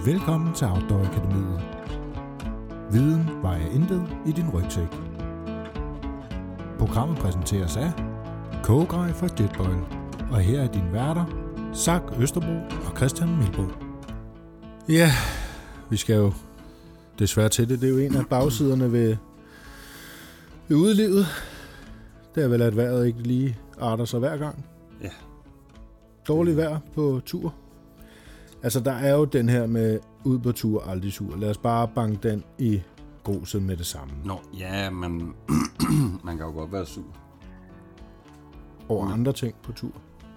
Velkommen til Outdoor Akademiet. Viden vejer intet i din rygsæk. Programmet præsenteres af Kogegrej fra Jetboil. Og her er dine værter, Zach Østerbro og Christian Milbo. Ja, vi skal jo desværre til det. Det er jo en af bagsiderne ved udelivet. Det er vel, at vejret ikke lige arter sig hver gang. Ja. Dårligt vejr på tur. Altså, der er jo den her med ud på tur, aldrig sur. Lad os bare banke den i gruset med det samme. Nå, ja, men man kan jo godt være sur. Over andre ting på tur.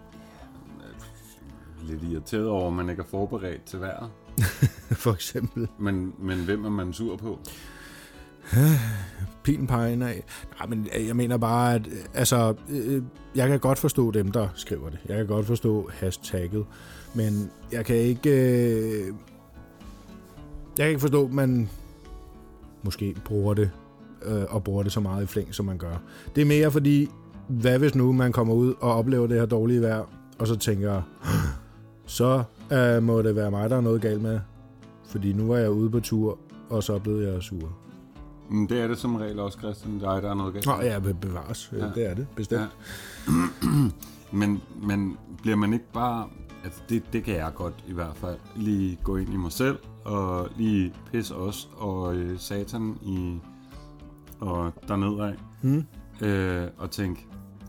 Lidt irriteret over, at man ikke er forberedt til vejret. For eksempel. Men hvem er man sur på? Pilen peger af. Nej, men jeg mener bare, at altså, jeg kan godt forstå dem, der skriver det. Jeg kan godt forstå hashtagget. Men jeg kan ikke forstå, at man måske bruger det, og bruger det så meget i flæng, som man gør. Det er mere fordi, hvad hvis nu man kommer ud og oplever det her dårlige vejr, og så tænker, så må det være mig, der er noget galt med. Fordi nu var jeg ude på tur, og så blev jeg sur. Men det er det som regel også, Christian. Der er noget galt. Nå, ja, bevares. Ja. Det er det, bestemt. Ja. men bliver man ikke bare... Altså det kan jeg godt i hvert fald lige gå ind i mig selv og lige pisse os og satan i og dernedad og tænke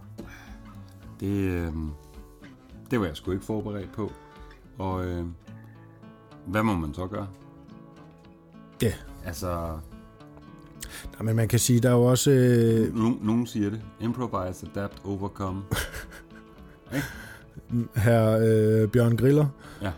det var jeg sgu ikke forberedt på. Og hvad må man så gøre? Ja. Altså... Nej, men man kan sige, der er jo også... Nogen siger det. Improvise, adapt, overcome. Ikke? Herr Bjørn Griller. Ja.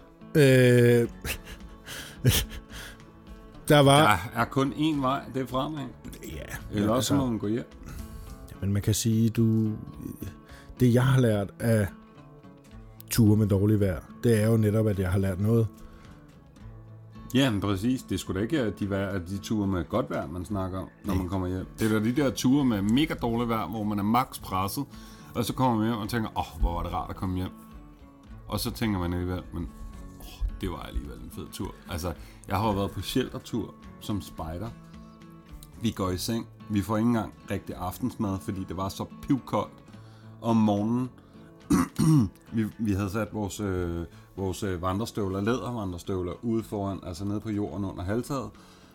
Der var... Der er kun én vej, det er fremad. Ja. Eller også må man gå hjem. Men man kan sige, det jeg har lært af ture med dårligt vejr, det er jo netop, at jeg har lært noget. Ja, men præcis. Det skulle da ikke de ture med godt vejr, man snakker om, når man kommer hjem. Det er da de der ture med mega dårligt vejr, hvor man er max presset, og så kommer man hjem og tænker, hvor var det rart at komme hjem. Og så tænker man alligevel, men det var alligevel en fed tur. Altså, jeg har været på sheltertur som spejder. Vi går i seng. Vi får ikke engang rigtig aftensmad, fordi det var så pivkoldt om morgenen. vi havde sat vores vandrestøvler, lædervandrestøvler ude foran, altså nede på jorden under halvtaget.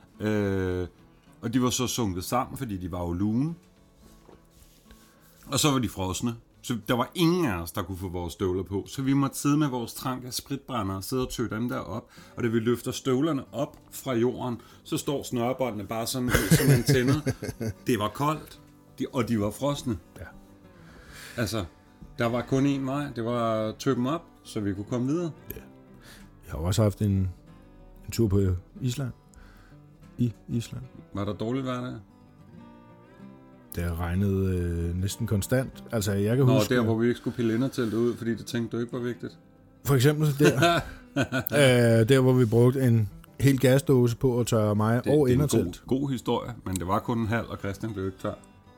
Og de var så sunket sammen, fordi de var jo lune. Og så var de frosne. Så der var ingen af os, der kunne få vores støvler på. Så vi måtte sidde med vores trank af spritbrænder og sidde og tøve dem der op. Og da vi løfter støvlerne op fra jorden, så står snørebåndene bare sådan som antenner. Det var koldt, og de var frosne. Ja. Altså, der var kun én vej. Det var at tøve dem op, så vi kunne komme videre. Ja. Jeg har også haft en tur på Island. I Island. Var der dårligt vejr der? Det regnede næsten konstant. Altså, jeg kan huske... der hvor vi ikke skulle pille inderteltet ud, fordi det tænkte du ikke var vigtigt. For eksempel der. Der hvor vi brugte en hel gasdåse på at tørre mig og indertelt. Det er en god historie, men det var kun en halv, og Christian blev ikke tør.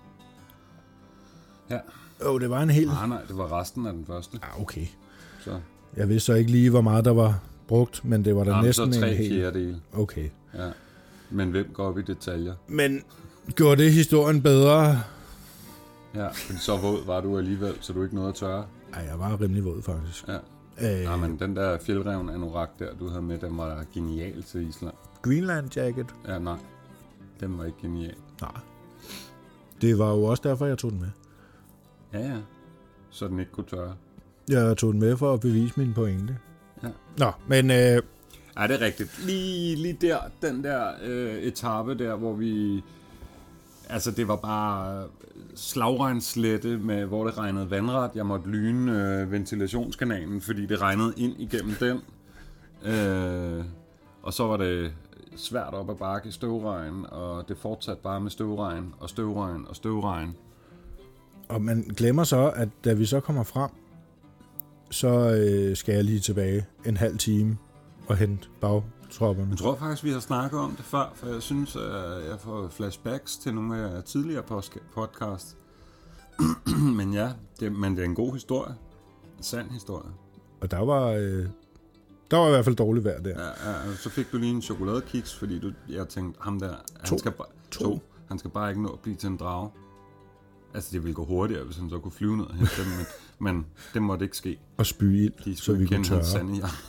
Ja. Det var en hel... Nej, det var resten af den første. Ja, okay. Så. Jeg vidste så ikke lige, hvor meget der var brugt, men det var da næsten så en hel... 3/4. Okay. Ja. Men hvem går op i detaljer? Men gjorde det historien bedre? Ja, men så våd var du alligevel, så du ikke nåede at tørre. Ej, jeg var rimelig våd, faktisk. Ja. Men den der fjeldreven anorak der, du havde med, den var genial til Island. Greenland jacket? Ja, nej. Den var ikke genial. Nej. Det var jo også derfor, jeg tog den med. Ja. Så den ikke kunne tørre. Jeg tog den med for at bevise min pointe. Ja. Nå, men... Ja, det er rigtigt. Lige der, den der etape der, hvor vi... Altså, det var bare slagregnslette, hvor det regnede vandret. Jeg måtte lyne ventilationskanalen, fordi det regnede ind igennem den. Og så var det svært op ad bakke i støvregn, og det fortsatte bare med støvregn og støvregn og støvregn. Og man glemmer så, at da vi så kommer frem, så skal jeg lige tilbage en halv time og hente bagtropperne. Jeg tror faktisk, vi har snakket om det før, for jeg synes, at jeg får flashbacks til nogle af tidligere podcasts. Men ja, det er en god historie. En sand historie. Og der var Der var i hvert fald dårligt vejr der. Ja, så fik du lige en chokoladekiks, fordi jeg tænkte, ham der, han skal bare ikke nå at blive til en drage. Altså, det ville gå hurtigere, hvis han så kunne flyve ned og hente dem, men det måtte ikke ske. Og spy ild, så vi kunne tørre.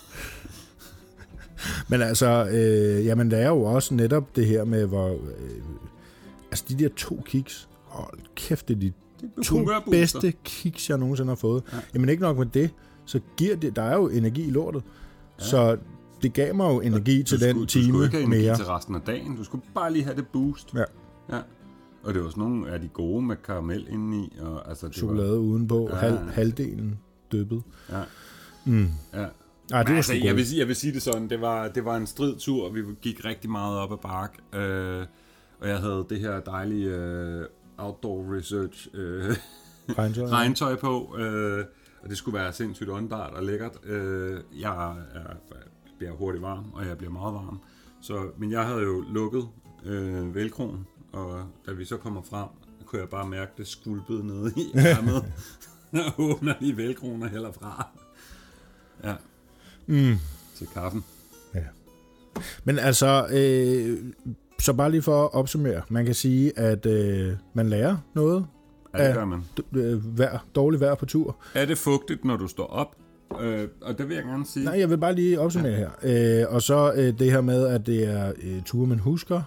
Men altså, jamen, der er jo også netop det her med, hvor... altså, de der 2 kiks, hold kæft, det er de 2 bedste kiks, jeg nogensinde har fået. Ja. Jamen, ikke nok med det, så giver det... Der er jo energi i lortet. Ja. Så det gav mig jo energi til den time mere. Du skulle ikke have energi til resten af dagen. Du skulle bare lige have det boost. Ja. Og det var sådan nogle af de gode med karamel indeni. Og, altså, det chokolade udenpå. Halvdelen dyppet. Ja. Ja. Ej, det var altså, jeg vil sige det sådan, det var en strid tur, vi gik rigtig meget op ad bakke, og jeg havde det her dejlige outdoor research regntøj på, og det skulle være sindssygt åndbart og lækkert. Jeg bliver hurtigt varm, og jeg bliver meget varm, men jeg havde jo lukket velcroen, og da vi så kommer frem, kunne jeg bare mærke det skvulpede nede i ærmet, og åbner lige velcroen og hælder fra. Ja. Til kaffen. Ja. Men altså, så bare lige for at opsummere. Man kan sige, at man lærer noget det gør man. Dårligt vejr på tur. Er det fugtigt, når du står op? Og det vil jeg gerne sige. Nej, jeg vil bare lige opsummere her. Og så det her med, at det er ture, man husker.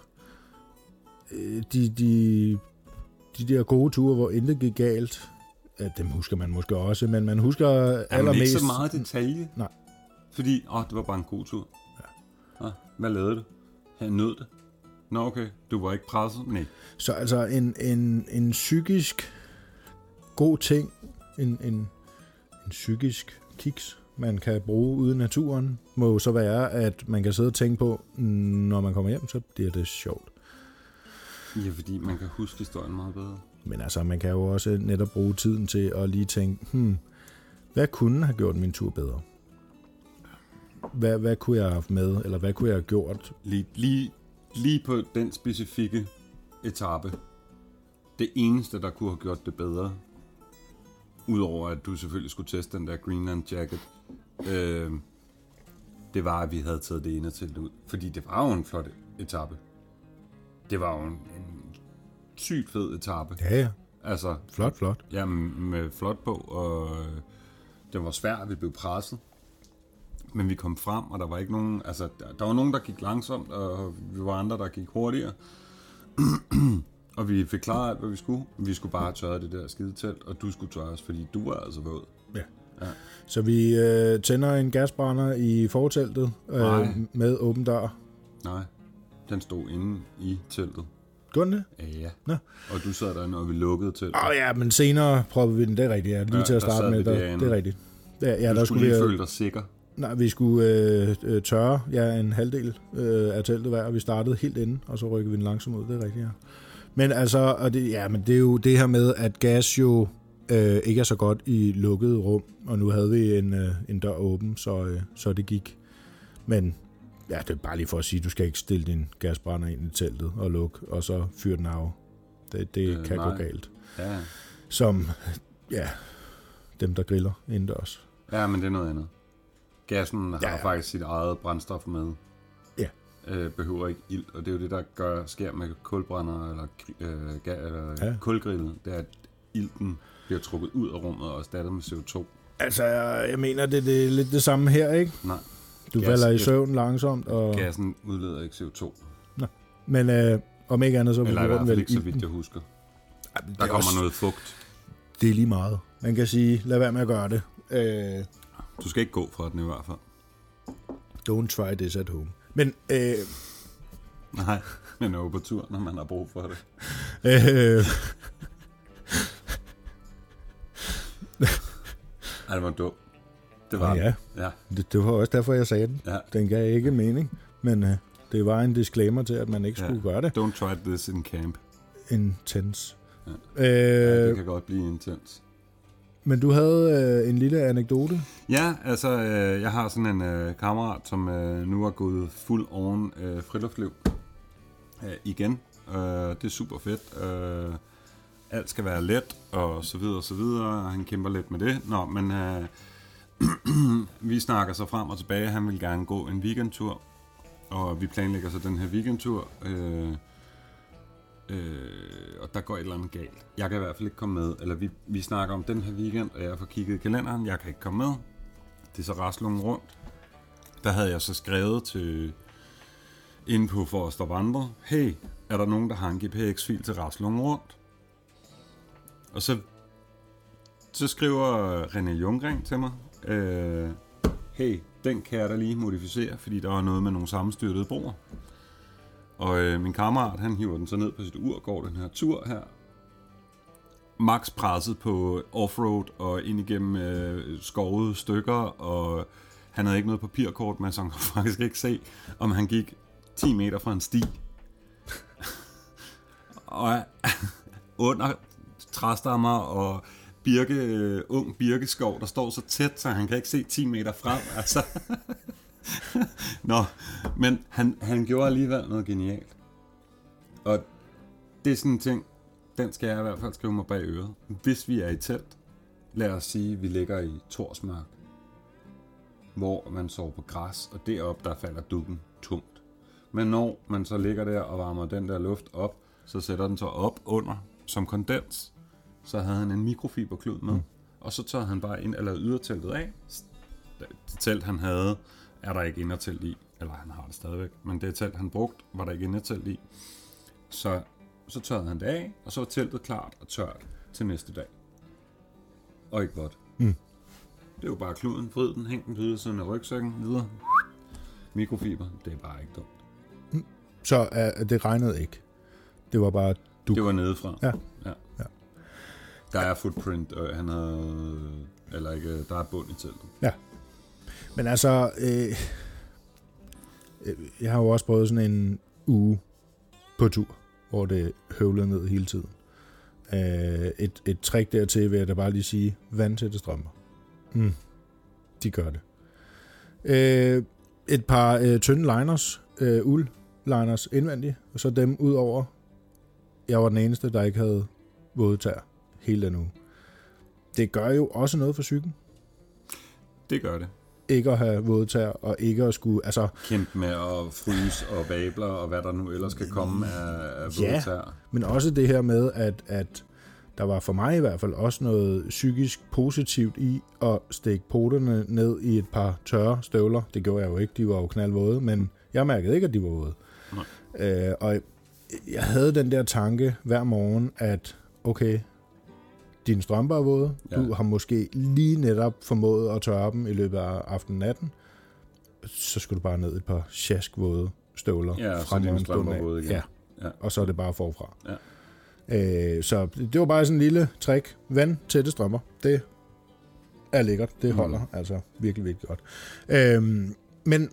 De der gode ture, hvor intet gik galt. Dem husker man måske også, men man husker allermest... ikke så meget detalje. Nej. Fordi, det var bare en god tur. Ja. Hvad lavede du? Jeg nød det. Nå, okay. Du var ikke presset? Nej. Så altså en psykisk god ting, en psykisk kiks, man kan bruge ude i naturen, må jo så være, at man kan sidde og tænke på, når man kommer hjem, så bliver det sjovt. Ja, fordi man kan huske historien meget bedre. Men altså, man kan jo også netop bruge tiden til at lige tænke, hvad kunne have gjort min tur bedre? Hvad kunne jeg have haft med, eller hvad kunne jeg have gjort? Lige på den specifikke etape. Det eneste, der kunne have gjort det bedre, udover at du selvfølgelig skulle teste den der Greenland jacket, det var, at vi havde taget det ene til ud. Fordi det var jo en flot etape. Det var jo en sygt fed etape. Ja. Altså, flot. Ja, med flot på, og det var svært, vi blev presset. Men vi kom frem, og der var ikke nogen... Altså, der var nogen, der gik langsomt, og vi var andre, der gik hurtigere. Og vi fik klaret alt, hvad vi skulle. Vi skulle bare tørre det der skidetelt, og du skulle tørres, fordi du var altså våd. Ja. Så vi tænder en gasbrænder i forteltet med åben dør. Nej, den stod inde i teltet. Gjorde den det? Ja. Nå. Og du sad der, når vi lukkede teltet. Ja, men senere prøvede vi den. Det er rigtigt, ja. Lige til at starte med. Det er rigtigt. Du skulle lige føle dig sikker. Nej, vi skulle tørre en halvdel af teltet hver, og vi startede helt inde, og så rykkede vi den langsomt ud. Det er rigtigt, ja. Men altså, men det er jo det her med, at gas jo ikke er så godt i lukkede rum, og nu havde vi en dør åben, så det gik. Men ja, det er bare lige for at sige, du skal ikke stille din gasbrænder ind i teltet og lukke, og så fyre den af. Det kan gå galt. Ja. Som, dem der griller indendørs. Ja, men det er noget andet. Gassen har faktisk sit eget brændstof med. Ja. Behøver ikke ild, og det er jo det, der sker med kulbrænder eller kulgrillen. Det er, at ilten bliver trukket ud af rummet og erstattet med CO2. Altså, jeg mener, det er lidt det samme her, ikke? Nej. Du falder i søvn langsomt. Og... Gassen udleder ikke CO2. Nå. Men om ikke andet, så... Eller i hvert fald ikke, så vidt jeg husker. Der kommer noget fugt. Det er lige meget. Man kan sige, lad være med at gøre det. Du skal ikke gå fra den i hvert fald. Don't try this at home. Men... Nej, men er på tur, når man har brug for det. Ej, det var dumt. Det var ja. Det var også derfor, jeg sagde den. Ja. Den gav ikke mening, men det var en disclaimer til, at man ikke skulle gøre det. Don't try this in camp. Intens. Ja. Det kan godt blive intens. Men du havde en lille anekdote? Ja, altså, jeg har sådan en kammerat, som nu er gået fuld oven friluftsliv igen. Det er super fedt. Alt skal være let, og så videre, og så videre. Han kæmper lidt med det. Nå, men vi snakker så frem og tilbage. Han vil gerne gå en weekendtur, og vi planlægger så den her weekendtur. Og der går et eller andet galt. Jeg kan i hvert fald ikke komme med. Eller vi snakker om den her weekend, og jeg får kigget i kalenderen. Jeg kan ikke komme med. Det er så Raslungen Rundt. Der havde jeg så skrevet til inde på Forrest og Vandre. Hey, er der nogen, der har en GPX-fil til Raslungen Rundt? Og så skriver René Junggren til mig. Hey, den kan jeg da lige modificere, fordi der var noget med nogle sammenstyrtede broer. Og min kammerat, han hiver den så ned på sit ur, går den her tur her. Max presset på offroad og ind igennem skovede stykker, og han havde ikke noget papirkort med, så han kunne faktisk ikke se, om han gik 10 meter fra en sti. Og under træstammer og ung birkeskov, der står så tæt, så han kan ikke se 10 meter frem. Altså. Nå, men han gjorde alligevel noget genialt. Og det er sådan en ting, den skal jeg i hvert fald skrive mig bag øret. Hvis vi er i telt, lad os sige, at vi ligger i Torsmark, hvor man sover på græs, og deroppe der falder duggen tungt. Men når man så ligger der og varmer den der luft op, så sætter den så op under som kondens. Så havde han en mikrofiberklud med, og så tørrede han bare ind, eller yderteltet af. Det telt han havde, er der ikke indertelt i, eller han har det stadigvæk, men det telt han brugt, var der ikke indertelt i. Så tørrede han det af, og så var teltet klart og tørt til næste dag. Og ikke godt. Det er jo bare kluden, vrid den, hæng den videre siden af rygsækken, videre. Mikrofiber, det er bare ikke dumt. Så det regnede ikke? Det var bare duk? Det var nedefra. Ja. Der er footprint, og han havde, eller ikke, der er bund i teltet. Ja. Men altså, jeg har jo også prøvet sådan en uge på tur, hvor det høvlede ned hele tiden. Et trick dertil vil jeg da bare lige sige, vandtætte strømper. De gør det. Et par tynde liners, uld-liners indvendigt, og så dem ud over. Jeg var den eneste, der ikke havde våde tær hele den uge. Det gør jo også noget for psyken. Det gør det. Ikke at have våde tær, og ikke at skulle... Altså, kæmpe med at fryse og vabler, og hvad der nu ellers skal komme af våde tær. Men også det her med, at der var for mig i hvert fald også noget psykisk positivt i at stikke poterne ned i et par tørre støvler. Det gjorde jeg jo ikke, de var jo knaldvåde, men jeg mærkede ikke, at de var våde. Og jeg havde den der tanke hver morgen, at okay, dine strømper er våde, du har måske lige netop formået at tørre dem i løbet af aftenen-natten, så skal du bare ned et par sjaskvåde støvler fra morgenstunden af. Ja, og så er det bare forfra. Ja. Så det var bare sådan en lille trick. Vand tætte strømper, det er lækkert. Det holder altså virkelig, virkelig godt. Men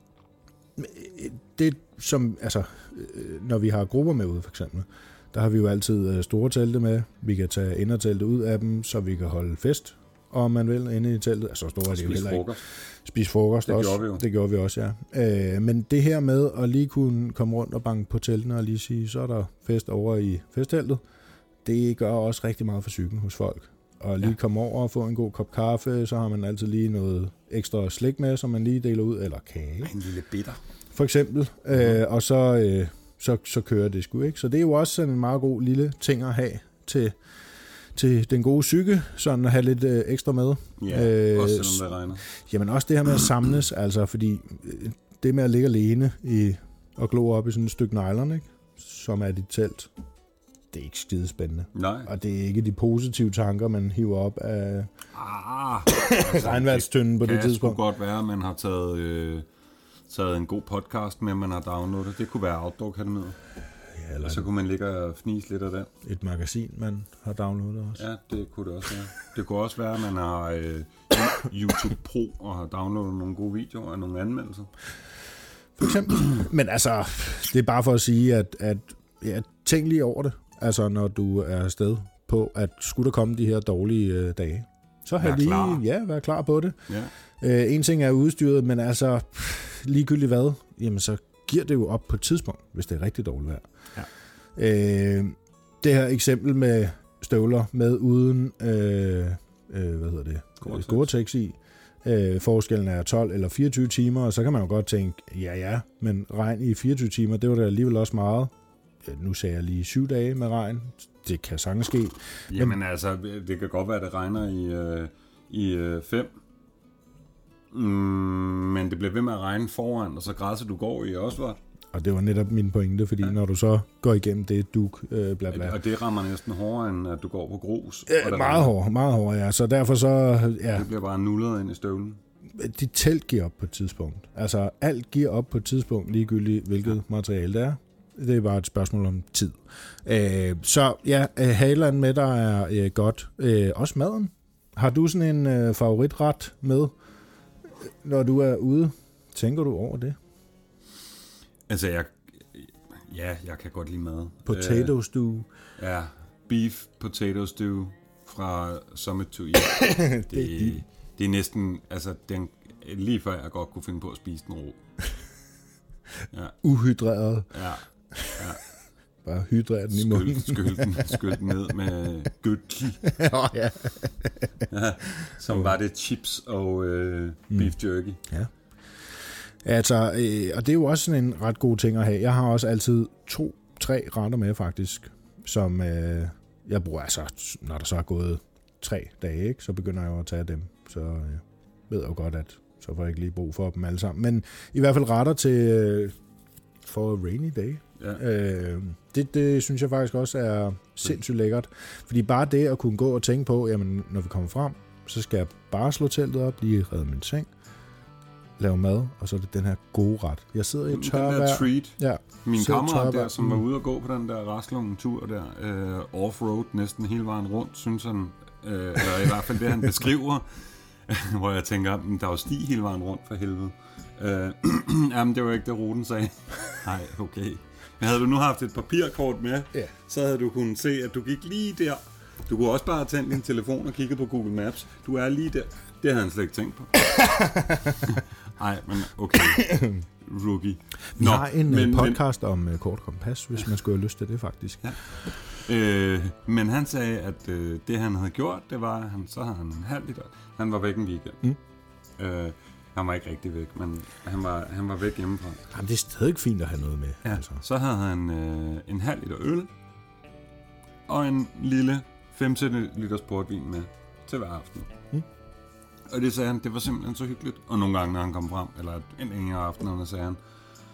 det som, altså, når vi har grupper med ude for eksempel, der har vi jo altid store telte med. Vi kan tage inderteltet ud af dem, så vi kan holde fest, om man vil, inde i teltet. Altså store er det jo heller ikke. Spise frokost det også. Gjorde vi jo. Det gjorde vi også, ja. Men det her med at lige kunne komme rundt og banke på teltene og lige sige, så er der fest over i festteltet, det gør også rigtig meget for psyken hos folk. Og lige komme over og få en god kop kaffe, så har man altid lige noget ekstra slik med, som man lige deler ud, eller kage. En lille bitter. For eksempel. Og så kører det sgu, ikke? Så det er jo også sådan en meget god lille ting at have til den gode psyke, sådan at have lidt ekstra med. Ja, også selvom det regner. Jamen også det her med at samles, altså fordi det med at ligge alene og glo op i sådan et stykke nylon, ikke? Som er dit telt, det er ikke skide spændende. Nej. Og det er ikke de positive tanker, man hiver op af regnværtstynden på det tidspunkt. Det kunne godt være, at man har taget en god podcast med, man har downloadet. Det kunne være Outdoor Akademiet. Ja, eller så kunne man ligge og fnise lidt af den. Et magasin, man har downloadet også. Ja, det kunne det også være. Det kunne også være, at man har YouTube Pro og har downloadet nogle gode videoer og nogle anmeldelser. For eksempel. Men altså, det er bare for at sige, at tænk lige over det. Altså, når du er afsted på, at skulle der komme de her dårlige dage, så har lige vær klar på det. Ja. En ting er udstyret, men altså ligegyldigt hvad, jamen så giver det jo op på et tidspunkt, hvis det er rigtig dårligt vejr. Ja. Det her eksempel med støvler med uden Gore-Tex i, forskellen er 12 eller 24 timer, og så kan man jo godt tænke, ja, men regn i 24 timer, det var da alligevel også meget. Nu sagde jeg lige 7 dage med regn. Det kan sagtens ske. Jamen altså, det kan godt være, at det regner i 5. Men det bliver ved med at regne foran, og så græsset du går i også var. Og det var netop min pointe, fordi når du så går igennem det duk, bla bla. Og det rammer næsten hårdere, end at du går på grus. Meget hårdere, ja. Så derfor så, ja. Det bliver bare nullet ind i støvlen. Dit telt giver op på et tidspunkt. Altså, alt giver op på et tidspunkt, ligegyldigt hvilket materiale det er. Det er bare et spørgsmål om tid. Så ja, Haland med dig er godt. Også maden. Har du sådan en favoritret med, når du er ude? Tænker du over det? Altså, jeg kan godt lide mad. Potato stew. Ja, beef potato stew fra Summit to Eat. Det er næsten, altså, lige før jeg godt kunne finde på at spise den rå. Ja. Uhydreret. Ja. Bare hydrere den i munden. Skyld den ned med gødki. Ja. Som var det chips og beef jerky. Ja. Altså, og det er jo også sådan en ret god ting at have. Jeg har også altid 2-3 retter med faktisk, som jeg bruger, altså, når der så er gået 3 dage, ikke, så begynder jeg jo at tage dem. Så ved jeg jo godt, at så får jeg ikke lige brug for dem alle sammen. Men i hvert fald retter til for a rainy day. Ja. Det synes jeg faktisk også er sindssygt lækkert. Fordi bare det at kunne gå og tænke på, jamen når vi kommer frem, så skal jeg bare slå teltet op, lige redde min seng, lave mad, og så er det den her gode ret. Jeg sidder i tørvejr. Den der treat. Ja, min kammerat der, som var ude og gå på den der Raslungen-tur der, off-road næsten hele vejen rundt, synes han, eller i hvert fald det han beskriver, hvor jeg tænker, der er jo sti hele vejen rundt for helvede. Jamen, det var ikke det, ruten sagde. Nej, okay. Men havde du nu haft et papirkort med, så havde du kunnet se, at du gik lige der. Du kunne også bare have tændt din telefon og kigget på Google Maps. Du er lige der. Det havde han slet ikke tænkt på. Nej, men okay. Rookie. Vi har en podcast om kort kompas, hvis man skulle have lyst til det, faktisk. Ja. Men han sagde, at det han havde gjort, det var, at så havde han en halv liter. Han var væk en weekend. Han var ikke rigtig væk, men han var væk hjemmefra. Jamen, det er stadig fint at have noget med. Ja, altså. Så havde han en halv liter øl og en lille 5 liters portvin med til hver aften. Og det sagde han, det var simpelthen så hyggeligt. Og nogle gange, når han kom frem, eller en længere aften, og sagde han,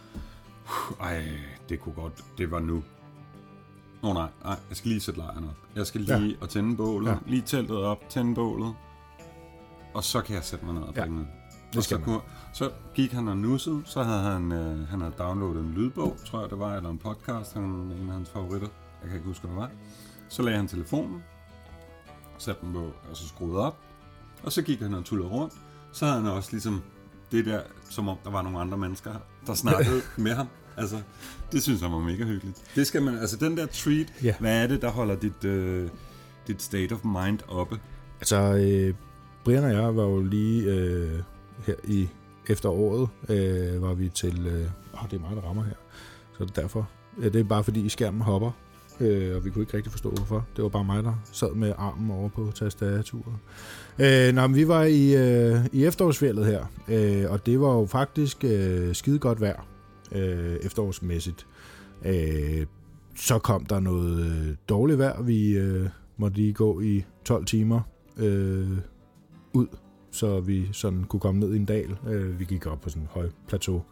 det kunne godt, det var nu. Nej, jeg skal lige sætte lejren op. Jeg skal lige og tænde bålet, lige teltet op, tænde bålet, og så kan jeg sætte mig ned og drikke noget. Så gik han og nussede, så havde han havde downloadet en lydbog, tror jeg det var, eller en podcast, en af hans favoritter. Jeg kan ikke huske, hvad det var. Så lagde han telefonen, satte den på, og så skruede op, og så gik han og tullede rundt. Så havde han også ligesom det der, som om der var nogle andre mennesker, der snakkede med ham. Altså, det synes jeg var mega hyggeligt. Det skal man, altså den der treat, hvad er det, der holder dit state of mind oppe? Altså, Brian og jeg var jo lige her i efteråret, var vi til, det er mig, der rammer her, så det er derfor. Det er bare fordi skærmen hopper, og vi kunne ikke rigtig forstå hvorfor. Det var bare mig, der sad med armen over på tastaturet. Men vi var i efterårsfjeldet her, og det var jo faktisk skide godt vejr efterårsmæssigt. Så kom der noget dårligt vejr. Vi måtte lige gå i 12 timer ud, så vi sådan kunne komme ned i en dal. Vi gik op på sådan en høj plateau.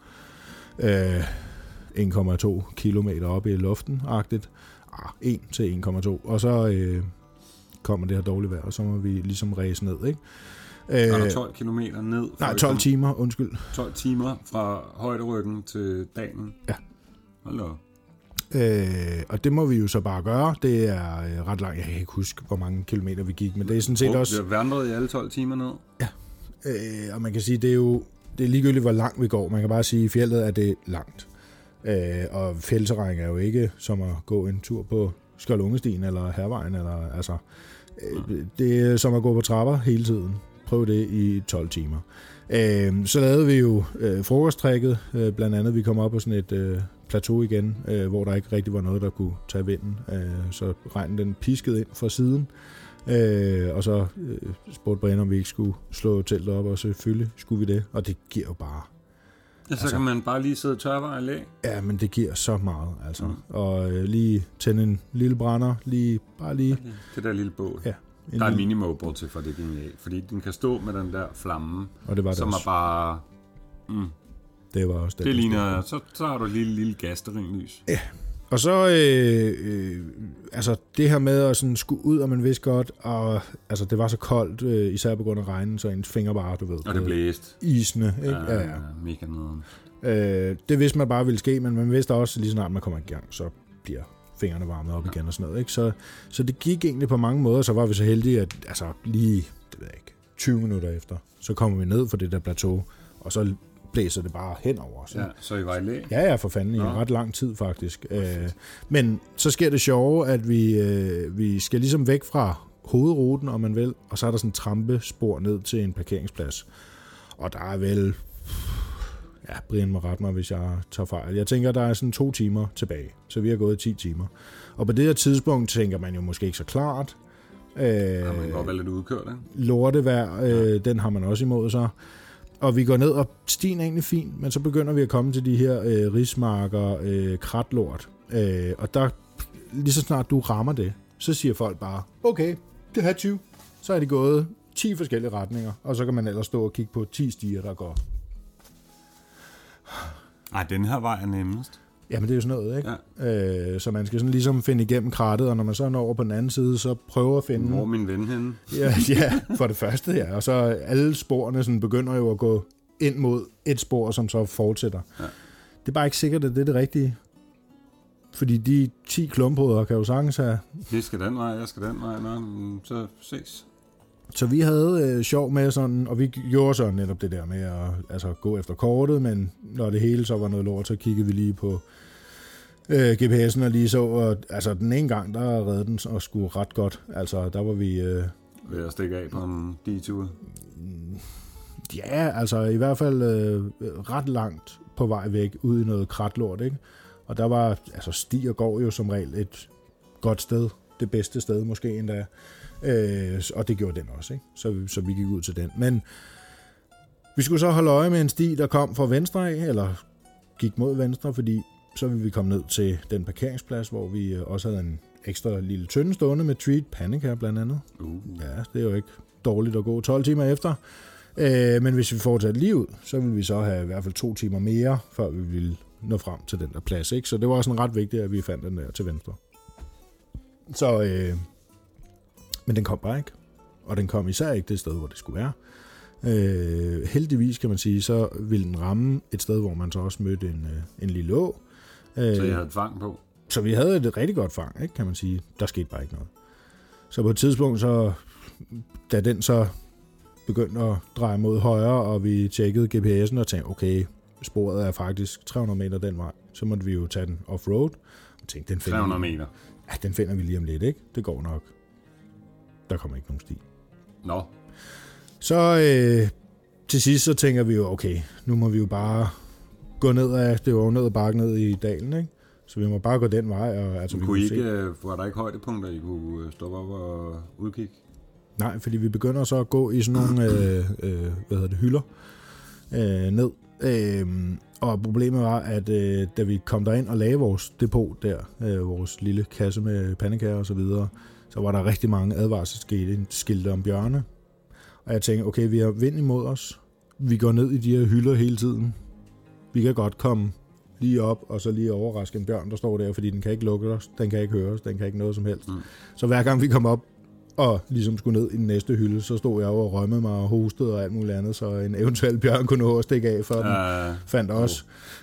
1,2 kilometer op i luften-agtigt. 1 til 1,2. Og så kommer det her dårlige vejr, og så må vi ligesom ræse ned, ikke? Er der 12 kilometer ned? Nej, 12 timer, undskyld. 12 timer fra højderyggen til dalen? Ja. Hold da. Og det må vi jo så bare gøre. Det er ret langt. Jeg kan ikke huske, hvor mange kilometer vi gik, men det er sådan set også... Vi har vandret i alle 12 timer ned? Ja. Og man kan sige, det er ligegyldigt, hvor langt vi går. Man kan bare sige, at fjeldet er det langt. Og fjeldterræn er jo ikke som at gå en tur på Skjold-Ungestien eller Hærvejen. Eller, altså, det er som at gå på trapper hele tiden. Prøv det i 12 timer. Så lavede vi jo frokosttrækket. Blandt andet, vi kom op på sådan et plateau igen, hvor der ikke rigtig var noget, der kunne tage vinden. Så regnen den piskede ind fra siden. Og så spurgte Brian, om vi ikke skulle slå teltet op, og selvfølgelig skulle vi det. Og det giver jo bare... Ja, så kan man bare lige sidde tørvej og læ. Ja, men det giver så meget, altså. Og lige tænde en lille brænder, bare lige... Det der lille bål. Ja. Der er en minimobål til, for det er genialt. Fordi den kan stå med den der flamme, og det var det som også. er bare... Det var også det ligner... Så har du et lille gasteringslys. Ja. Og så, altså det her med at sådan skulle ud, og man vidste godt, og altså det var så koldt, især på grund af regnen, så ens finger bare, du ved. Og det blæste. Isene, ikke? Ja. Mega nederen. Det vidste man bare ville ske, men man vidste også, lige snart man kommer i gang, så bliver fingrene varmet op igen og sådan noget, ikke? Så det gik egentlig på mange måder, så var vi så heldige, at altså lige, det ved jeg ikke, 20 minutter efter, så kommer vi ned for det der plateau, og så blæser det bare hen over os. Ja, så I var i læ? Ja, for fanden, i ret lang tid faktisk. Men så sker det sjove, at vi skal ligesom væk fra hovedruten, om man vil, og så er der sådan en trampespor ned til en parkeringsplads. Og der er vel... Ja, Brian må rette mig, hvis jeg tager fejl. Jeg tænker, der er sådan 2 timer tilbage, så vi har gået 10 timer. Og på det her tidspunkt tænker man jo måske ikke så klart. Ja, man kan godt være lidt udkørt, ikke? Lortevejr, den har man også imod sig. Og vi går ned, og stien er egentlig fint, men så begynder vi at komme til de her rismarker, kratlort. Og der, lige så snart du rammer det, så siger folk bare, okay, det er 20. Så er de gået 10 forskellige retninger, og så kan man ellers stå og kigge på 10 stier, der går. Ej, den her vej er nemmest. Jamen, det er jo sådan noget, ikke? Ja. Så man skal sådan ligesom finde igennem krattet, og når man så når over på den anden side, så prøver at finde... Hvor er min ven henne? Ja, for det første, ja. Og så alle sporene sådan begynder jo at gå ind mod et spor, som så fortsætter. Ja. Det er bare ikke sikkert, at det er det rigtige. Fordi de 10 klumphoveder kan jo sagtens have... Det skal den vej, jeg skal den vej. Nå, så ses. Så vi havde sjov med sådan, og vi gjorde så netop det der med at gå efter kortet, men når det hele så var noget lort, så kiggede vi lige på GPS'en og lige så, og altså den ene gang, der redde den og skulle ret godt. Altså der var vi... ved at stikke af på en detur? Ja, altså i hvert fald ret langt på vej væk, ud i noget kratlort, ikke? Og der var, altså stier går jo som regel et godt sted, det bedste sted måske endda. Og det gjorde den også, ikke? Så vi gik ud til den. Men vi skulle så holde øje med en sti, der kom fra venstre af, eller gik mod venstre, fordi så ville vi komme ned til den parkeringsplads, hvor vi også havde en ekstra lille tønde stående med treat pandekær blandt andet. Ja, det er jo ikke dårligt at gå 12 timer efter. Men hvis vi fortsatte lige ud, så ville vi så have i hvert fald 2 timer mere, før vi ville nå frem til den der plads, ikke? Så det var også ret vigtigt, at vi fandt den der til venstre. Så... Men den kom bare ikke. Og den kom især ikke det sted, hvor det skulle være. Heldigvis kan man sige, så ville den ramme et sted, hvor man så også mødte en lille å. Så jeg havde et fang på? Så vi havde et rigtig godt fang, ikke, kan man sige. Der skete bare ikke noget. Så på et tidspunkt, så, da den så begyndte at dreje mod højre, og vi tjekkede GPS'en og tænkte, okay, sporet er faktisk 300 meter den vej. Så måtte vi jo tage den off-road. Og tænkte, den finder 300 meter? Ja, den finder vi lige om lidt, ikke? Det går nok. Der kommer ikke nogen sti. Nå. Så til sidst så tænker vi jo, okay, nu må vi jo bare gå ned af, det var jo ned ad bakken ned i dalen, ikke? Så vi må bare gå den vej. Og, altså, var der ikke højdepunkter, I kunne stoppe op og udkigge? Nej, fordi vi begynder så at gå i sådan nogle hylder ned. Og problemet var, at da vi kom derind og lagde vores depot der, vores lille kasse med pandekager og så videre, så var der rigtig mange advarselsskilte om bjørne. Og jeg tænkte, okay, vi har vind imod os. Vi går ned i de her hylder hele tiden. Vi kan godt komme lige op, og så lige overraske en bjørn, der står der, fordi den kan ikke lukke os, den kan ikke høre os, den kan ikke noget som helst. Så hver gang vi kom op og ligesom skulle ned i den næste hylde, så stod jeg og rømmede mig og hostede og alt muligt andet, så en eventuel bjørn kunne nå at stikke af, før den fandt os.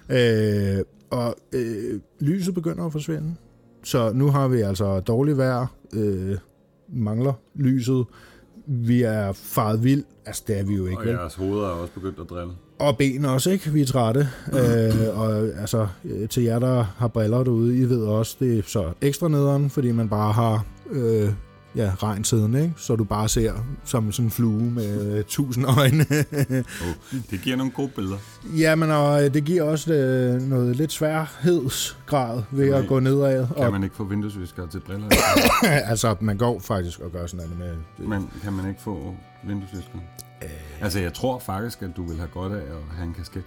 Lyset begynder at forsvinde. Så nu har vi altså dårligt vejr, mangler lyset, vi er faret vild, altså det er vi jo ikke. Og jeres hoveder er også begyndt at drille. Og ben også, ikke? Vi er trætte. Og altså, til jer, der har briller derude, I ved også, det er så ekstra nederen, fordi man bare har regnsiden, ikke? Så du bare ser som sådan en flue med 1000 øjne. Det giver nogle gode billeder. Jamen, og det giver også noget lidt sværhedsgrad ved at gå nedad. Kan man ikke få vinduesviskere til briller? Altså, man går faktisk og gør sådan noget med... Men kan man ikke få vinduesviskere? Altså, jeg tror faktisk, at du vil have godt af at have en kasket.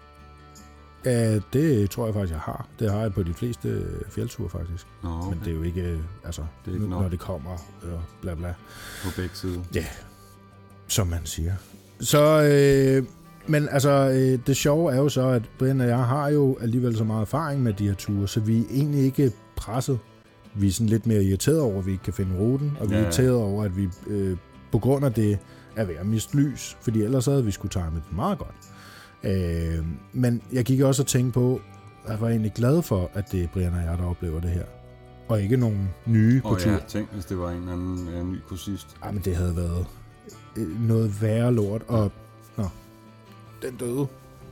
Det tror jeg faktisk, jeg har. Det har jeg på de fleste fjeldture, faktisk. Okay. Men det er jo ikke, altså, det er ikke når det kommer, bla bla. På begge sider. Ja, som man siger. Så, men altså, det sjove er jo så, at Brian og jeg har jo alligevel så meget erfaring med de her ture, så vi er egentlig ikke presset. Vi er sådan lidt mere irriteret over, at vi ikke kan finde ruten, og vi er irriteret over, at vi på grund af det er ved at miste lys, fordi ellers havde vi skulle time det meget godt. Men jeg gik også og tænkte på, at jeg var egentlig glad for, at det er Brian og jeg, der oplever det her. Og ikke nogen nye på tur. Ja, tænk, hvis det var en anden ny kursist. Men det havde været noget værre lort, og den døde.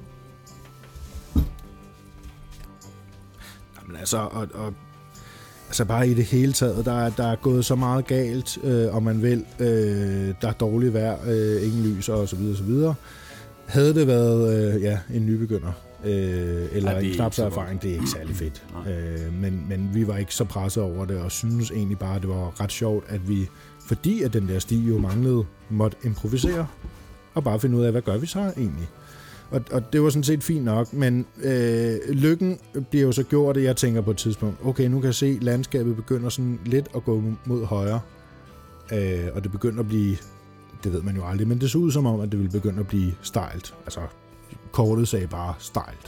Jamen altså, altså bare i det hele taget, der er gået så meget galt, om man vil. Der er dårligt vejr, ingen lys og så videre, så videre. Havde det været en nybegynder, eller en knap så erfaring, det er ikke særlig fedt. Men vi var ikke så presset over det, og synes egentlig bare, at det var ret sjovt, at vi, fordi at den der sti jo manglede, måtte improvisere, og bare finde ud af, hvad gør vi så egentlig? Og det var sådan set fint nok, men lykken bliver jo så gjort, at jeg tænker på et tidspunkt, okay, nu kan jeg se, at landskabet begynder sådan lidt at gå mod højre, og det begynder at blive... Det ved man jo aldrig, men det så ud som om, at det ville begynde at blive stejlt. Altså, kortet sagde bare stejlt.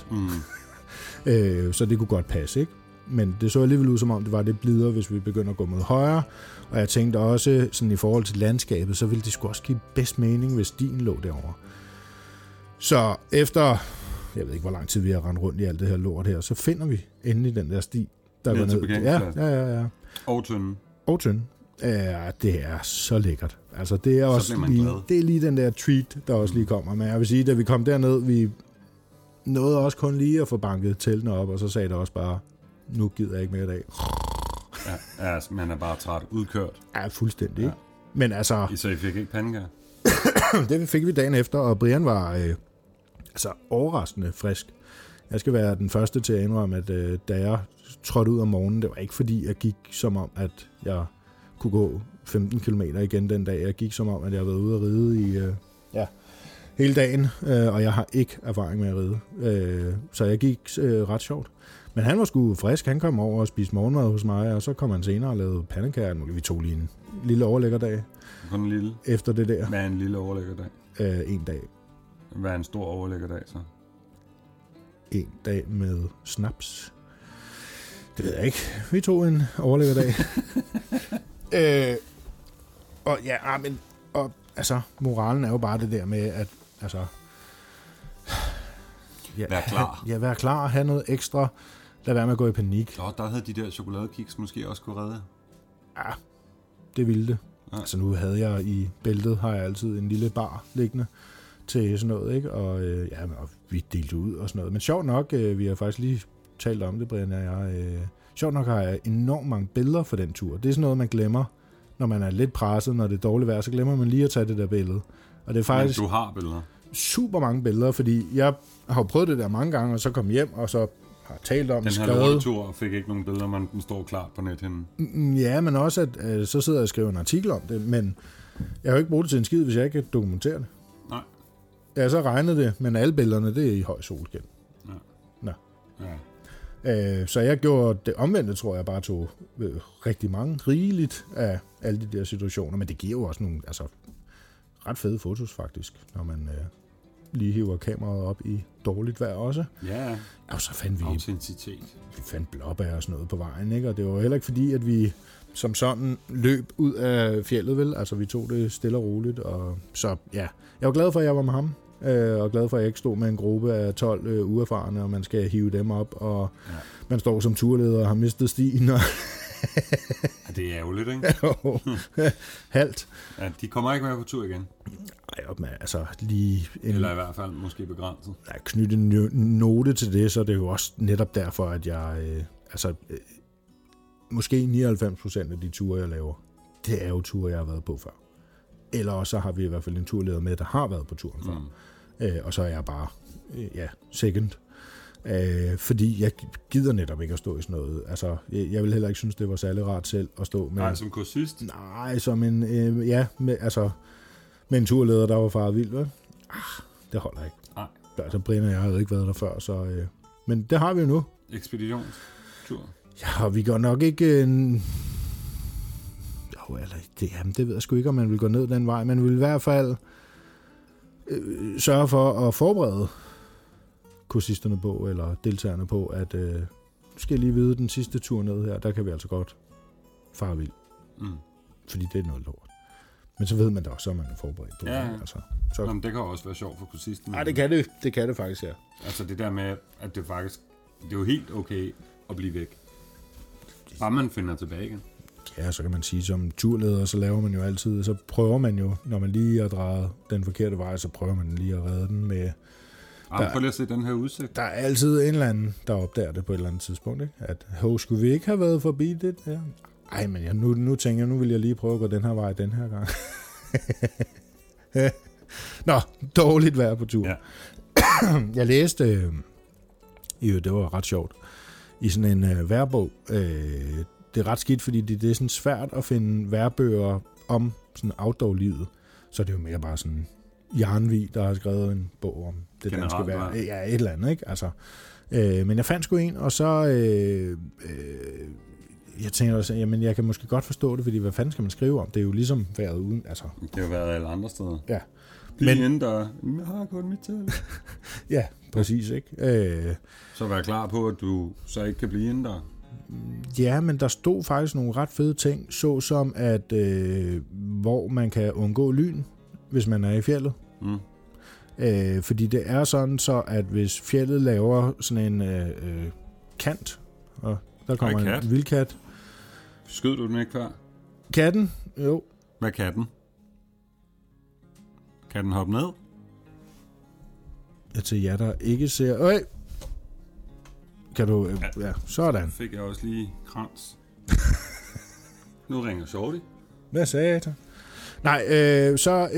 Så det kunne godt passe, ikke? Men det så alligevel ud som om, det var lidt blidere, hvis vi begynder at gå mod højre. Og jeg tænkte også, sådan i forhold til landskabet, så ville det sgu også give bedst mening, hvis stien lå derovre. Så efter, jeg ved ikke, hvor lang tid vi har rendt rundt i alt det her lort her, så finder vi endelig den der sti, der går ned. Ja. Og tynden. Ja, det er så lækkert. Altså, det er også lige den der treat, der også lige kommer. Men jeg vil sige, da vi kom derned, vi nåede også kun lige at få banket teltene op, og så sagde det også bare, nu gider jeg ikke mere i dag. Ja, altså, man er bare træt, udkørt. Ja, fuldstændig. Ja. Men altså... Så I fik ikke pandekager? Det fik vi dagen efter, og Brian var overraskende frisk. Jeg skal være den første til at indrømme, at da jeg trådte ud om morgenen, det var ikke fordi, jeg gik som om, at jeg kunne gå 15 km igen den dag. Jeg gik som om, at jeg havde været ude at ride i hele dagen, og jeg har ikke erfaring med at ride. Så jeg gik ret sjovt. Men han var sgu frisk. Han kom over og spiste morgenmad hos mig, og så kom han senere og lavede pandekager. Vi tog lige en lille overlæggerdag. Kun en lille? Efter det der. Hvad er en lille overlæggerdag? En dag. Hvad er en stor overlæggerdag så? En dag med snaps. Det ved jeg ikke. Vi tog en overlæggerdag. Moralen er jo bare det der med, at vær klar. Vær klar, have noget ekstra. Lad være med at gå i panik. Der havde de der chokoladekiks måske også kunne redde. Ja, det ville det. Ja. Altså nu havde jeg i bæltet, har jeg altid en lille bar liggende til sådan noget, ikke? Og og vi delte ud og sådan noget. Men sjovt nok, vi har faktisk lige talt om det, Brian og jeg. Sjovt nok har jeg enormt mange billeder for den tur. Det er sådan noget, man glemmer, når man er lidt presset, når det er dårligt vejr, så glemmer man lige at tage det der billede. Og det er faktisk... Men du har billeder? Super mange billeder, fordi jeg har prøvet det der mange gange, og så kom hjem, og så har talt om... Den her lortetur fik ikke nogen billeder, men den står klart på nethinden. Ja, men også, at så sidder jeg og skriver en artikel om det, men jeg har jo ikke brugt det til en skid, hvis jeg ikke kan dokumentere det. Nej. Ja, så regner det, men alle billederne, det er i høj solskin. Ja. Nå. Ja. Så jeg gjorde det omvendte, tror jeg, bare tog rigtig mange, rigeligt af alle de der situationer, men det giver jo også nogle ret fede fotos faktisk, når man lige hiver kameraet op i dårligt vejr også. Ja, og så fandt vi autenticitet. Vi fandt blåbær og sådan noget på vejen, ikke? Og det var heller ikke fordi, at vi som sådan løb ud af fjeldet, vel? Altså, vi tog det stille og roligt, og så, ja. Jeg var glad for, at jeg var med ham, og glad for, at jeg ikke stod med en gruppe af 12 uerfarne, og man skal hive dem op, og man står som turleder og har mistet stien, og det er ærgerligt, ikke? Halvt. Ja, de kommer ikke mere på tur igen. Nej, lige... Eller i hvert fald måske begrænset. Knytte en note til det, så er det jo også netop derfor, at jeg... måske 99% af de ture, jeg laver, det er jo ture, jeg har været på før. Eller også har vi i hvert fald en turleder med, der har været på turen før. Og så er jeg bare, second. Fordi jeg gider netop ikke at stå i sådan noget. Altså, jeg vil heller ikke synes, det var særlig rart selv at stå med... Nej, som kursist? Nej, som en... med en turleder, der var faret vild, vel? Det holder ikke. Nej. Altså, Brian og jeg havde ikke været der før, så... Men det har vi jo nu. Ekspeditionstur? Ja, vi går nok ikke... det ved jeg sgu ikke, om man vil gå ned den vej. Man vil i hvert fald sørge for at forberede kursisterne på, eller deltagerne på, at skal lige vide, den sidste tur ned her, der kan vi altså godt fare vild. Fordi det er noget lort. Men så ved man da også, så er man forberedt på det. Altså, så... Jamen, det kan også være sjovt for kursisten. Nej, det kan det. Det kan det faktisk, ja. Altså det der med, at det faktisk, det er jo helt okay at blive væk. Bare man finder tilbage igen. Ja, så kan man sige, som turleder, så laver man jo altid, så prøver man jo, når man lige har drejet den forkerte vej, så prøver man lige at redde den med... Prøv lige at se den her udsigt. Der er altid en eller anden, der opdager det på et eller andet tidspunkt, ikke? At, skulle vi ikke have været forbi det? Ja. Ej, men nu tænker jeg, nu vil jeg lige prøve at gå den her vej den her gang. Nå, dårligt vejr på tur. Ja. Jeg læste, det var ret sjovt, i sådan en værbog. Det er ret skidt, fordi det er sådan svært at finde værbøger om sådan outdoor-livet. Så det er jo mere bare sådan Jarnvig, der har skrevet en bog om det danske vejr. Ja, et eller andet, ikke? Altså, men jeg fandt sgu en, og så... jeg tænkte også, jamen jeg kan måske godt forstå det, fordi hvad fanden skal man skrive om? Det er jo ligesom vejret uden, altså... Det har jo været alle andre steder. Ja. Men inden der... Jeg har kun mit tal. Ja, præcis, ikke? Så vær klar på, at du så ikke kan blive inde der. Ja, men der stod faktisk nogle ret fede ting, såsom at hvor man kan undgå lyn, hvis man er i fjeldet. Fordi det er sådan så, at hvis fjeldet laver sådan en kant, og der kommer en vildkat. Skød du den ikke før? Katten? Jo. Hvad er katten? Kan den hoppe ned? Ja, til jer, der ikke ser... Kan du... Ja, sådan. Fik jeg også lige krans. Nu ringer Shorty. Hvad sagde jeg? Nej, så...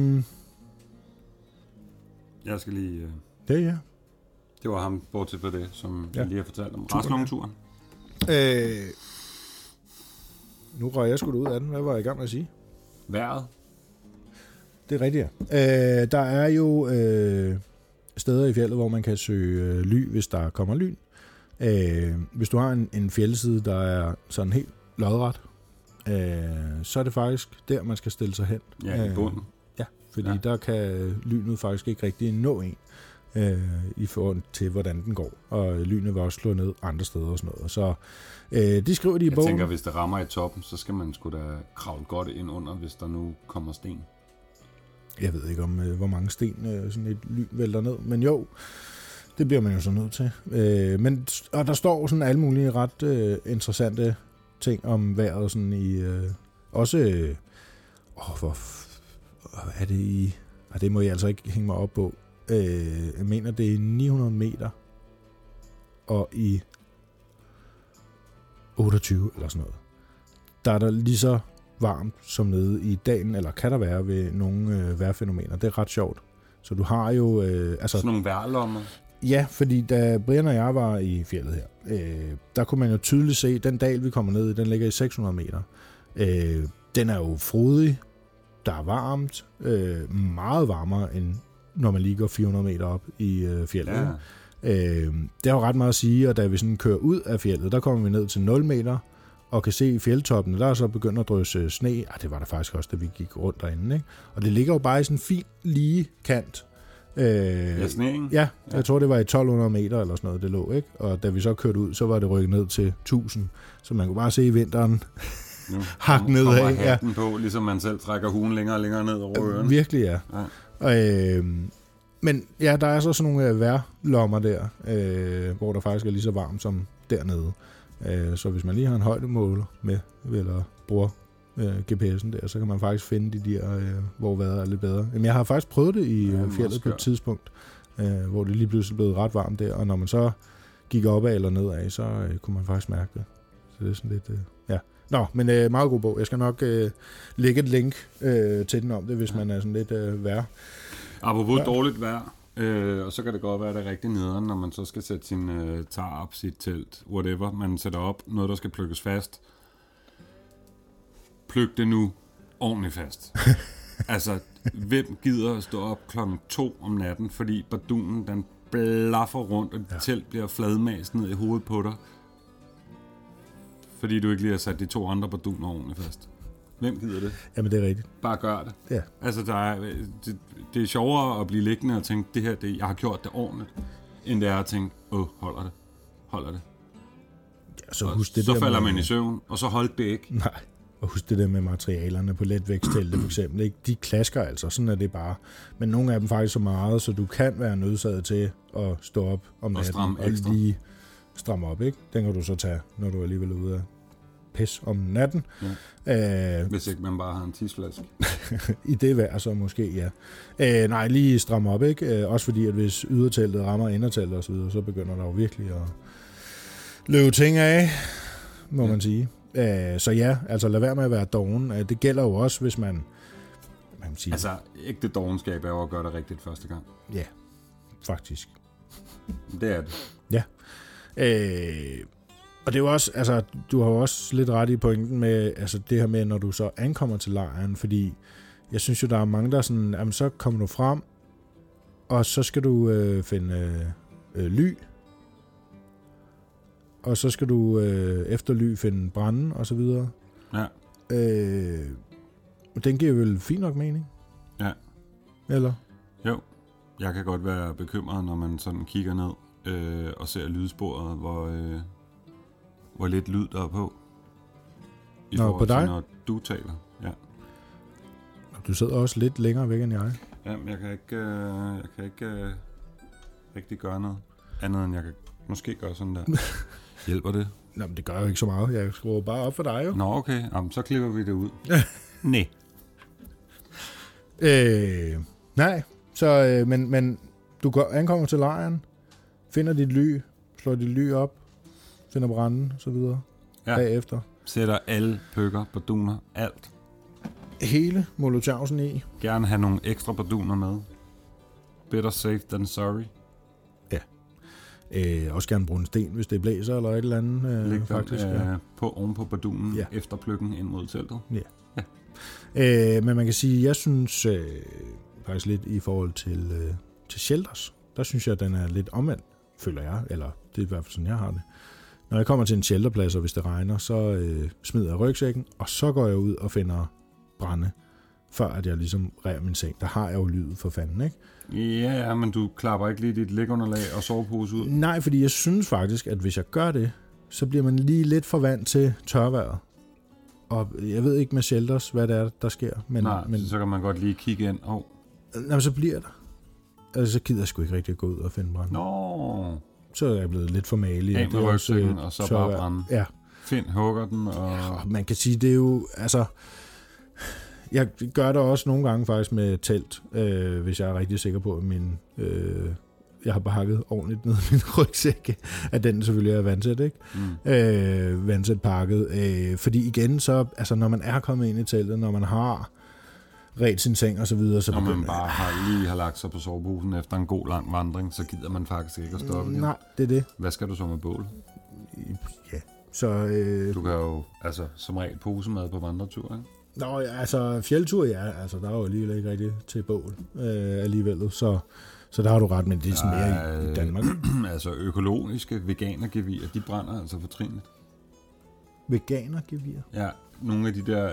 Jeg skal lige... Det, ja. Det var ham, bortset på det, som jeg lige har fortalt om. Raslongturen. Nu røg jeg sgu ud af den. Hvad var jeg i gang med at sige? Vejret. Det er rigtigt, ja. Der er jo steder i fjeldet, hvor man kan søge ly, hvis der kommer lyn. Hvis du har en fjeldside, der er sådan helt lodret, så er det faktisk der, man skal stille sig hen. Ja, i bunden. Ja, fordi der kan lynet faktisk ikke rigtig nå en i forhold til, hvordan den går. Og lynet vil også slå ned andre steder og sådan noget. Så de skriver de i bogen. Jeg tænker, hvis det rammer i toppen, så skal man sgu da kravle godt ind under, hvis der nu kommer sten. Jeg ved ikke om, hvor mange sten sådan et lyn vælter ned, men jo, det bliver man jo så nødt til. Og der står sådan alle mulige ret interessante ting om vejret, sådan i også... hvor er det i... det må jeg altså ikke hænge mig op på. Jeg mener, det er 900 meter og i 28 eller sådan noget. Der er der lige så varmt som nede i dagen, eller kan der være ved nogle vejrfænomener. Det er ret sjovt. Så du har jo... sådan nogle vejrlommer? Ja, fordi da Brian og jeg var i fjeldet her, der kunne man jo tydeligt se, den dal, vi kommer ned i, den ligger i 600 meter. Den er jo frodig, der er varmt, meget varmere end når man lige går 400 meter op i fjeldet. Ja. Det har jo ret meget at sige, og da vi sådan kører ud af fjeldet, der kommer vi ned til 0 meter, og kan se i fjeldtoppen, der er så begyndt at drysse sne. Det var der faktisk også, da vi gik rundt derinde, ikke? Og det ligger jo bare i sådan en fin, lige kant. Sne, ja, jeg tror, det var i 1200 meter eller sådan noget, det lå, ikke? Og da vi så kørte ud, så var det rykket ned til 1000, så man kunne bare se i vinteren hak nedad. Ja. På, ligesom man selv trækker hugen længere og længere ned over ørerne. Virkelig, ja. Men ja, der er så sådan nogle vejrlommer der, hvor der faktisk er lige så varmt som dernede. Så hvis man lige har en højdemåler med, eller bruger GPS'en der, så kan man faktisk finde de der, hvor vejret er lidt bedre. Jamen, jeg har faktisk prøvet det i fjeldet på et tidspunkt, hvor det lige pludselig blev ret varmt der, og når man så gik opad eller nedad, så kunne man faktisk mærke det. Så det er sådan lidt, Nå, men meget god bog. Jeg skal nok lægge et link til den om det, hvis man er sådan lidt værre. Apropos dårligt vejr, og så kan det godt være, at det er rigtig nederen, når man så skal sætte sin tarp, sit telt, whatever, man sætter op, noget der skal plukkes fast. Pluk det nu ordentligt fast. Altså, hvem gider at stå op 2:00 om natten, fordi bardunen, den blaffer rundt, og dit telt bliver fladmast ned i hovedet på dig, fordi du ikke lige har sat de 2 andre barduner ordentligt fast. Hvem gider det? Jamen, det er rigtigt. Bare gør det. Ja. Altså, det er sjovere at blive liggende og tænke, jeg har gjort det ordentligt, end det er at tænke, holder det. Ja, så falder man i søvn, og så holdt det ikke. Nej, og husk det der med materialerne på letvægtstelte for eksempel. Ikke? De klasker altså, sådan er det bare. Men nogle af dem faktisk så meget, så du kan være nødsaget til at stå op om natten og lige stramme op. Ikke? Den kan du så tage, når du alligevel er ude af pis om natten. Ja. Hvis ikke man bare har en tidsflaske. I det vejr så måske, ja. Nej, lige stramme op, ikke? Også fordi, at hvis yderteltet rammer inderteltet og så videre, så begynder der jo virkelig at løbe ting af, må man sige. Så ja, altså lad være med at være doven. Det gælder jo også, hvis man kan sige... Altså, ægte dovenskab er jo at gøre det rigtigt første gang. Ja, faktisk. Det er det. Ja. Og det er jo også, altså, du har jo også lidt ret i pointen med, altså det her med, når du så ankommer til lejren, fordi jeg synes jo, der er mange, der er sådan, jamen så kommer du frem, og så skal du finde ly, og så skal du efter ly finde brænde, og så videre. Ja. Den giver vel fint nok mening? Ja. Eller? Jo. Jeg kan godt være bekymret, når man sådan kigger ned og ser lydsporet, hvor lidt lyd der er på. I forhold til, når du taler. Ja. Du sidder også lidt længere væk end jeg. Jamen, jeg kan ikke rigtig gøre noget. Andet end jeg kan måske gøre sådan der. Hjælper det? Nå, men det gør jo ikke så meget. Jeg skruer bare op for dig jo. Nå, okay. Jamen, så klipper vi det ud. Nej. Nej. Så, men du ankommer til lejren, finder dit ly, slår dit ly op, finder branden, så videre. Ja. Bagefter. Sætter alle pøkker, barduner, alt. Hele Molotovsen i. Gerne have nogle ekstra barduner med. Better safe than sorry. Ja. Også gerne bruge en sten, hvis det blæser eller et eller andet. Læg faktisk. Oven på bardunen, efter pløkken ind mod teltet. Ja. Men man kan sige, jeg synes faktisk lidt i forhold til shelters, der synes jeg, at den er lidt omvendt, føler jeg. Eller det er i hvert fald sådan, jeg har det. Når jeg kommer til en shelterplads, og hvis det regner, så smider jeg rygsækken, og så går jeg ud og finder brænde, før at jeg ligesom rærer min seng. Der har jeg jo lydet for fanden, ikke? Ja, men du klapper ikke lige dit lægunderlag og sovepose ud? Nej, fordi jeg synes faktisk, at hvis jeg gør det, så bliver man lige lidt for vant til tørvejret. Og jeg ved ikke med shelters, hvad det er, der sker. Men så kan man godt lige kigge ind. Jamen, så bliver der. Altså, så gider jeg sgu ikke rigtig at gå ud og finde brænde. Nå. Så er jeg blevet lidt for malig. Af med rygsækken, og så bare brænde. Ja. Find hugger den. Og... Ja, man kan sige, det er jo... Altså, jeg gør det også nogle gange faktisk med telt, hvis jeg er rigtig sikker på, at jeg har pakket ordentligt ned i min rygsæk, at den selvfølgelig er vandsæt, ikke? Vandsæt pakket. Fordi igen, så, altså, når man er kommet ind i teltet, når man har ret sin seng og så videre, så når man bare har lagt sig på soveposen efter en god lang vandring, så gider man faktisk ikke at stoppe igen. Nej, det er det. Hvad skal du så med bål? Ja, så... Du kan jo, altså, som regel posemad på vandretur, ikke? Nå, altså, fjeldtur, ja. Altså, der er jo alligevel ikke rigtig til bål alligevel, så der har du ret, men det er sådan mere i Danmark. Altså, økologiske veganergevir, de brænder altså fortrinligt. Veganergevir? Ja, nogle af de der...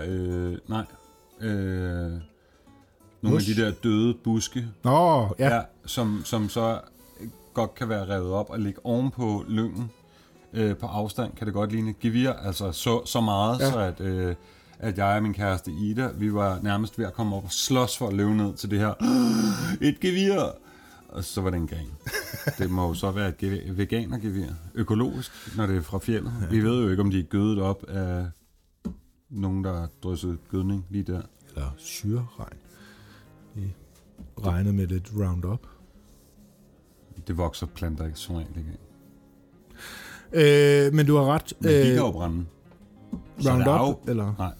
nogle af de der døde buske, ja. Som så godt kan være revet op og ligge oven på lyngen. På afstand kan det godt ligne et gevir, altså så meget, så at jeg og min kæreste Ida, vi var nærmest ved at komme op og slås for at løbe ned til det her et gevir, og så var det en gren. Det må jo så være et veganergevir, økologisk, når det er fra fjeldet. Ja. Vi ved jo ikke, om de er gødet op af nogen, der drysset gødning lige der. Eller syreregn. De regner med lidt Roundup. Det vokser planter ikke som regel ikke. Men du har ret. Men de kan jo brænde. Roundup, eller? Nej.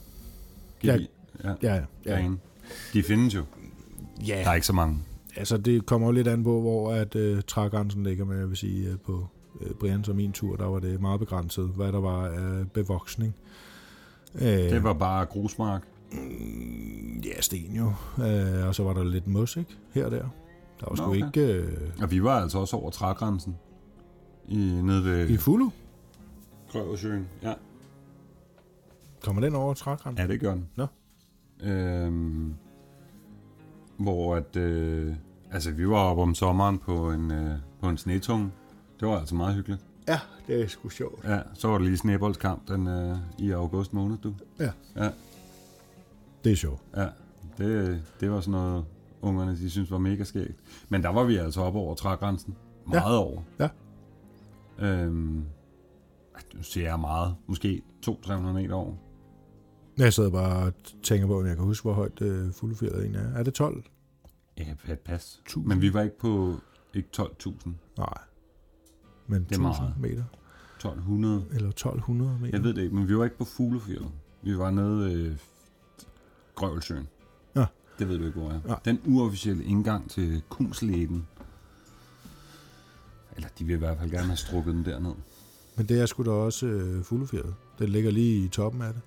Ja. De findes jo. Ja. Der er ikke så mange. Altså, det kommer jo lidt an på, hvor at trægrænsen ligger, men jeg vil sige, på Brians og min tur, der var det meget begrænset, hvad der var af bevoksning. Det var bare grusmark. Ja, sten jo. Og så var der lidt mos, ikke? Her og der. Der var sgu ikke... Og vi var altså også over trægrænsen. Nede ved... I Fulu? Grøversøen, ja. Kommer den over trægrænsen? Ja, det gør den. Nå. Hvor at... altså, vi var oppe om sommeren på en snetunge. Det var altså meget hyggeligt. Ja, det er sgu sjovt. Ja, så var der lige sneboldkamp i august måned, du. Ja. Ja. Det er sjovt. Ja, det var sådan noget, ungerne de synes var mega skægt. Men der var vi altså oppe over trægrænsen. Meget over. Ja. Nu siger jeg meget. Måske 200-300 meter over. Jeg sidder bare og tænker på, om jeg kan huske, hvor højt Fuglefjeldet egentlig er. Er det 12? Ja, pas. 1000. Men vi var ikke på 12.000. Nej. Men det er 1000 meter. 1200. Eller 1200 meter. Jeg ved det ikke, men vi var ikke på Fuglefjeldet. Vi var nede Grøvelsøen. Ja. Det ved du ikke, hvor er. Ja. Den uofficielle indgang til Kungsleden. Eller de vil i hvert fald gerne have strukket den derned. Men det er sgu da også Fuglefjeldet. Den ligger lige i toppen af det.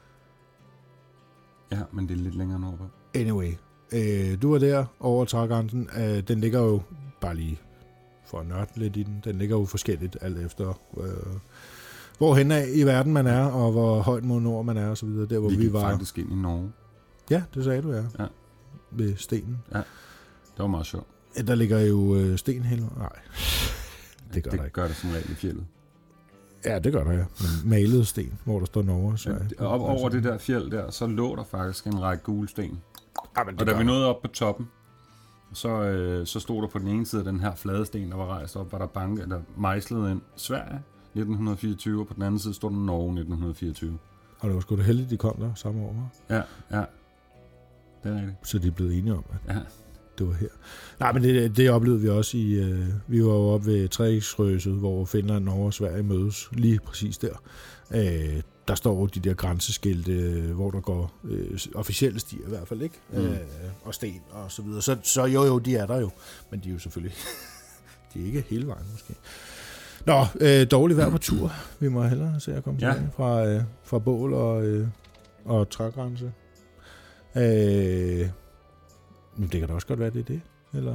Ja, men det er lidt længere nordpå. Anyway. Du var der over trægrænsen. Den ligger jo, bare lige for at nørde lidt i den ligger jo forskelligt alt efter, hvorhen af i verden man er, og hvor højt mod nord man er, og så videre. Der, hvor vi var faktisk ind i Norge. Ja, det sagde du, ja. Ja. Ved stenen. Ja, det var meget sjovt. Der ligger jo sten hele. Nej, det gør der ikke. Det gør det som regel i fjeldet. Ja, det gør der, ja. Men malet sten, hvor der står Norge og Sverige. Ja, op over det der fjeld der, så lå der faktisk en række gule sten. Ja, men og da vi nåede op på toppen, så stod der på den ene side af den her flade sten, der var rejst op, var der mejslet ind Sverige 1924, og på den anden side stod der Norge 1924. Og det var sgu da heldigt, de kom der samme år. Ja. Det er rigtigt. Så de er blevet enige om, at det var her. Nej, men det oplevede vi også i... vi var jo oppe ved Treriksrøset, hvor Finland, Norge og Sverige mødes lige præcis der. Der står de der grænseskilte, hvor der går officielle stier i hvert fald, ikke? Og sten og så videre. Så jo, de er der jo. Men de er jo selvfølgelig... de er ikke hele vejen, måske. Nå, dårligt vejr på tur. Vi må hellere se at komme tilbage fra bål og trægrænse. Men det kan da også godt være, det er det, eller?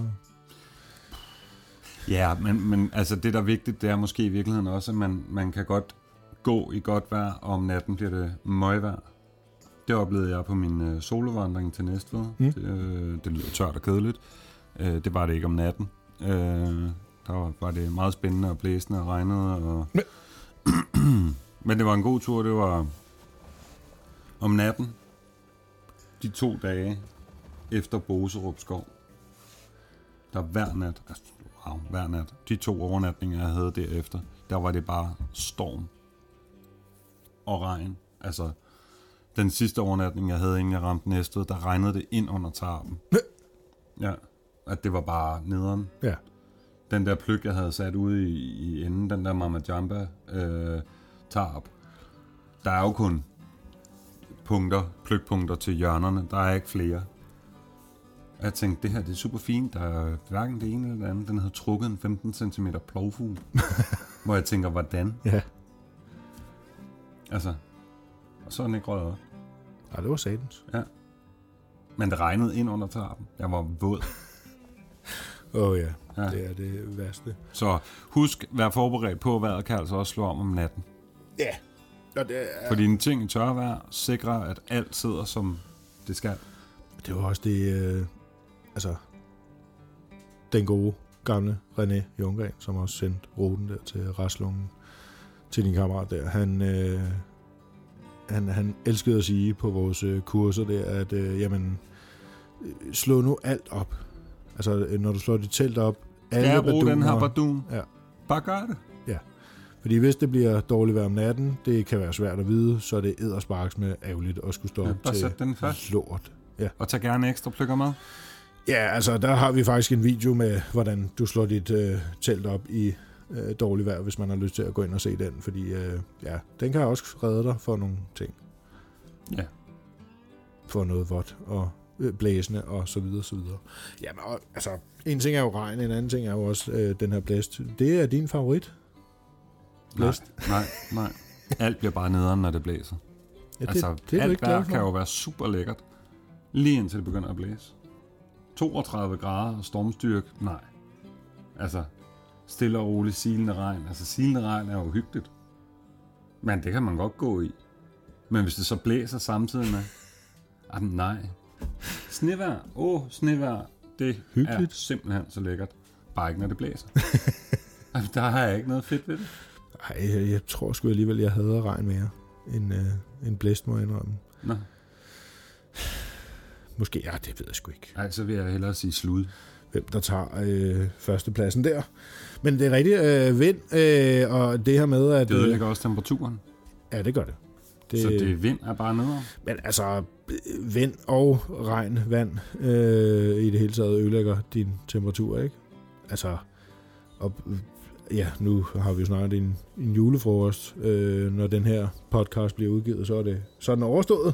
Ja, men altså det, der er vigtigt, det er måske i virkeligheden også, at man kan godt gå i godt vejr, og om natten bliver det møgvejr. Det oplevede jeg på min solovandring til Næstved. Det lyder tørt og kedeligt. Det var det ikke om natten. Der var det meget spændende og blæsende og regnede. Men det var en god tur. Det var om natten. De 2 dage efter Boserup skov. Der hver nat. De 2 overnatninger, jeg havde derefter, der var det bare storm og regn. Altså, den sidste overnatning, jeg havde, inden jeg ramte Næstved, der regnede det ind under tarpen. Ja, at det var bare nederen. Ja. Den der pløk, jeg havde sat ude i enden, den der Mama Jamba tarp, der er jo kun pløkpunkter til hjørnerne. Der er ikke flere. Jeg tænkte, det her det er super fint. Der er hverken det ene eller det andet. Den havde trukket en 15 cm plovfugl. Hvor jeg tænker, hvordan? Ja. Altså, og så er den ikke røget op. Ja, det var satans. Ja. Men det regnede ind under tarpen. Jeg var våd. Ja, det er det værste. Så husk, vær forberedt på, at vejret kan altså også slå om natten. Ja. Og det er... Fordi en ting i tørvejr sikrer, at alt sidder som det skal. Det var også det, den gode gamle René Jungren, som også sendte ruten der til Raslungen, til din kammerat der. Han elskede at sige på vores kurser der, at slå nu alt op. Altså, når du slår dit telt op, alle jeg bruge den her bardun? Ja. Bare gør det. Ja. Fordi hvis det bliver dårligt vejr om natten, det kan være svært at vide, så er det eddersparks med ærgerligt at skulle stå op til den fast. lort. Ja. Og tag gerne ekstra pløkker med. Ja, altså der har vi faktisk en video med, hvordan du slår dit telt op i dårligt vejr, hvis man har lyst til at gå ind og se den, fordi den kan også redde dig for nogle ting. Ja. For noget vådt og blæsende og så videre, så videre. Jamen, altså, en ting er jo regn, en anden ting er jo også den her blæst. Det er din favorit? Blæst? Nej. Alt bliver bare nederen, når det blæser. Ja, det alt vejr kan jo være super lækkert, lige indtil det begynder at blæse. 32 grader og stormstyrke, nej. Altså, stille og roligt silende regn. Altså, silende regn er jo hyggeligt. Men det kan man godt gå i. Men hvis det så blæser samtidig med, nej. Snevejr, snevejr, det hyggeligt. Er simpelthen så lækkert. Bare ikke, når det blæser. Altså, der har jeg ikke noget fedt ved det. Ej, jeg tror sgu alligevel, jeg hader regn mere end blæst, må jeg indrømme. Nå. Måske, det ved jeg sgu ikke. Nej, så vil jeg hellere sige slud. Hvem der tager førstepladsen der. Men det er rigtigt, vind, og det her med, at... Det ødelægger også temperaturen. Ja, det gør det. Så det vind er bare nedad? Men altså, vind og regn, vand, i det hele taget ødelægger din temperatur, ikke? Altså, ja, nu har vi jo snakket en julefrokost. Når den her podcast bliver udgivet, så er det sådan overstået.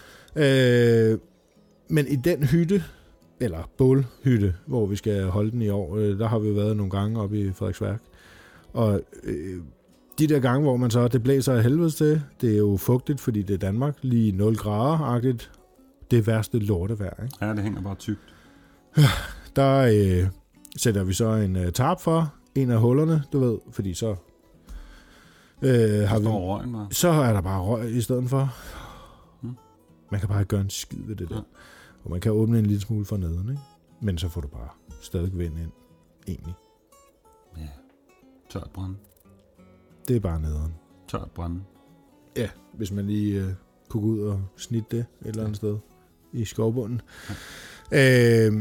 Men i den hytte, eller bålhytte, hvor vi skal holde den i år, der har vi jo været nogle gange oppe i Frederiksværk. Og de der gange, hvor man så, det blæser af helvedes til, det er jo fugtigt, fordi det er Danmark, lige 0 grader-agtigt. Det værste lortevejr, ikke? Ja, det hænger bare tykt. Der sætter vi så en tarp for en af hullerne, du ved, fordi så har vi røgen bare. Så er der bare røg i stedet for. Man kan bare ikke gøre en skid ved det der. Og man kan åbne en lille smule for neden, ikke? Men så får du bare stadig vind ind, egentlig. Ja, tørt brænde. Det er bare nederen. Tørt brænde. Ja, hvis man lige kunne gå ud og snitte det et eller andet sted i skovbunden. Ja.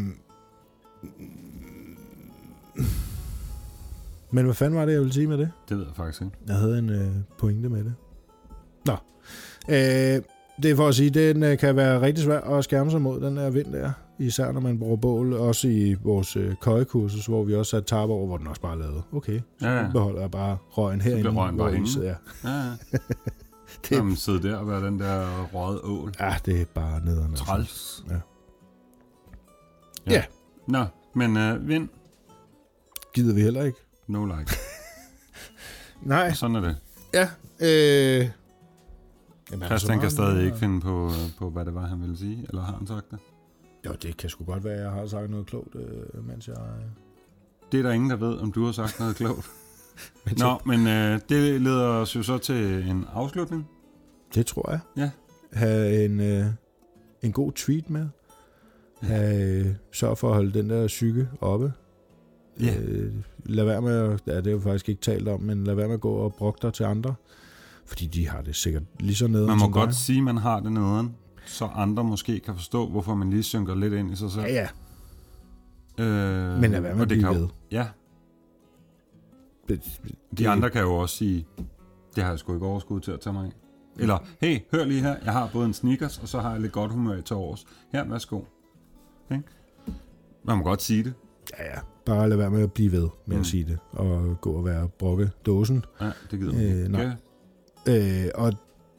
Men hvad fanden var det, jeg ville sige med det? Det ved jeg faktisk ikke. Jeg havde en pointe med det. Nå. Det er for at sige, at den kan være rigtig svær at skærme sig mod, den her vind der. Især når man bruger bål. Også i vores køjekursus, hvor vi også satte tarp over, hvor den også bare lavede. Okay, så beholder jeg bare røgen herinde. Så bliver røgen bare inde. Ja. Det er... sidde der og være den der røget ål. Ja, det er bare nederne. Træls. Ja. Nå, men vind. Gider vi heller ikke. No like. Nej. Sådan er det. Ja. Christian kan stadig ikke finde på, hvad det var, han ville sige. Eller har han sagt det? Jo, det kan sgu godt være, jeg har sagt noget klogt, mens jeg... Det er der ingen, der ved, om du har sagt noget klogt. Men det leder os jo så til en afslutning. Det tror jeg. Ja. Ha' en god tweet med. Sørg for at holde den der psyke oppe. Ja. Lad være med, det er jo faktisk ikke talt om, men lad være med at gå og brokke dig til andre. Fordi de har det sikkert lige så nederen. Man må godt sige, at man har det nederen, så andre måske kan forstå, hvorfor man lige synker lidt ind i sig selv. Ja. Men lad være med at blive ved. Ja. De andre kan jo også sige, det har jeg sgu ikke overskud til at tage mig af. Eller, hey, hør lige her, jeg har både en Snickers, og så har jeg lidt godt humør til års. Her, værsgo. Okay. Man må godt sige det. Ja. Bare lad være med at blive ved med at sige det, og gå og være brokke dåsen. Ja, det gider man ikke. Nej. Og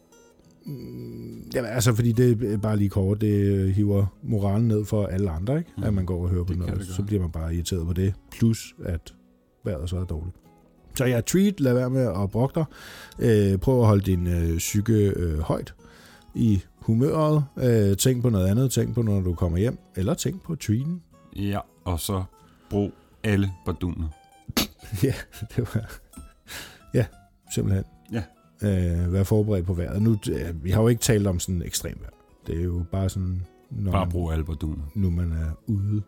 ja, altså fordi det er bare lige kort, det hiver moralen ned for alle andre, ikke? At man går og hører på noget, så bliver man bare irriteret på det, plus at vejret så er dårligt. Så ja, tweet, lad være med at brokke dig. Prøv at holde din psyke højt i humøret. Tænk på noget andet, tænk på når du kommer hjem, eller tænk på tweeten. Ja, og så brug alle barduner. Ja, det var... Ja, simpelthen. Ja. Være forberedt på vejret. Nu, vi har jo ikke talt om sådan ekstremt vejr. Det er jo bare sådan... Bare brug alle barduner. Nu man er ude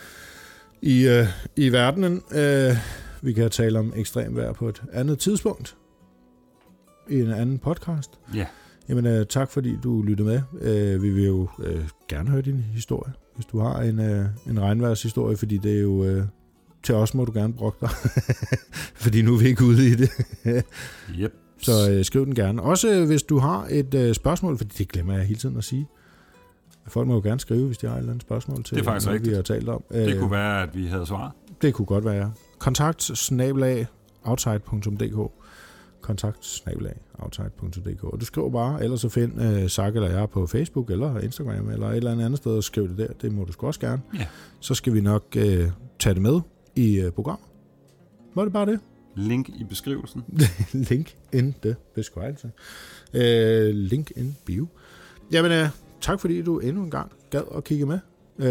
i verdenen. Vi kan tale om ekstremt vejr på et andet tidspunkt. I en anden podcast. Ja. Jamen, tak fordi du lyttede med. Vi vil jo gerne høre din historie. Hvis du har en regnværshistorie, fordi det er jo... til os må du gerne brokke dig. Fordi nu er vi ikke ude i det. Yep. Så skriv den gerne. Også hvis du har et spørgsmål, fordi det glemmer jeg hele tiden at sige. Folk må jo gerne skrive, hvis de har et eller andet spørgsmål til, det er faktisk noget, vi har talt om. Det kunne være, at vi havde svar. Det kunne godt være. Kontakt / outside.dk. kontakt@outside.dk. Og du skriver bare, ellers så find Zach eller jeg på Facebook eller Instagram eller et eller andet sted og skriv det der. Det må du sgu også gerne. Ja. Så skal vi nok tage det med i programmet. Var det bare det? Link i beskrivelsen. Link in the beskrivelse. Link in bio. Jamen, tak fordi du endnu en gang gad at kigge med.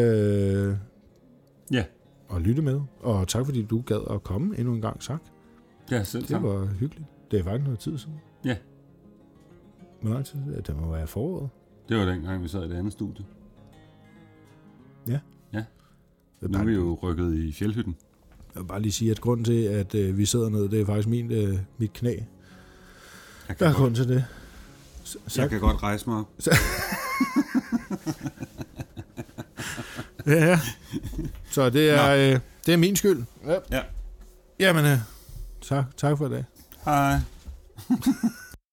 Ja. Og lytte med. Og tak fordi du gad at komme endnu en gang, Zach. Ja, selv tak. Det var hyggeligt. Det er faktisk noget tid siden. Ja. Hvor lang tid? Det må være foråret. Det var dengang, vi sad i det andet studie. Ja. Ja. Nu er vi jo rykket i fjeldhytten. Jeg vil bare lige sige, at grunden til, at vi sidder ned, det er faktisk mit knæ. Der er grund til det. Jeg kan godt rejse mig op. Ja. Så det er min skyld. Ja. Jamen, tak for det. Hej.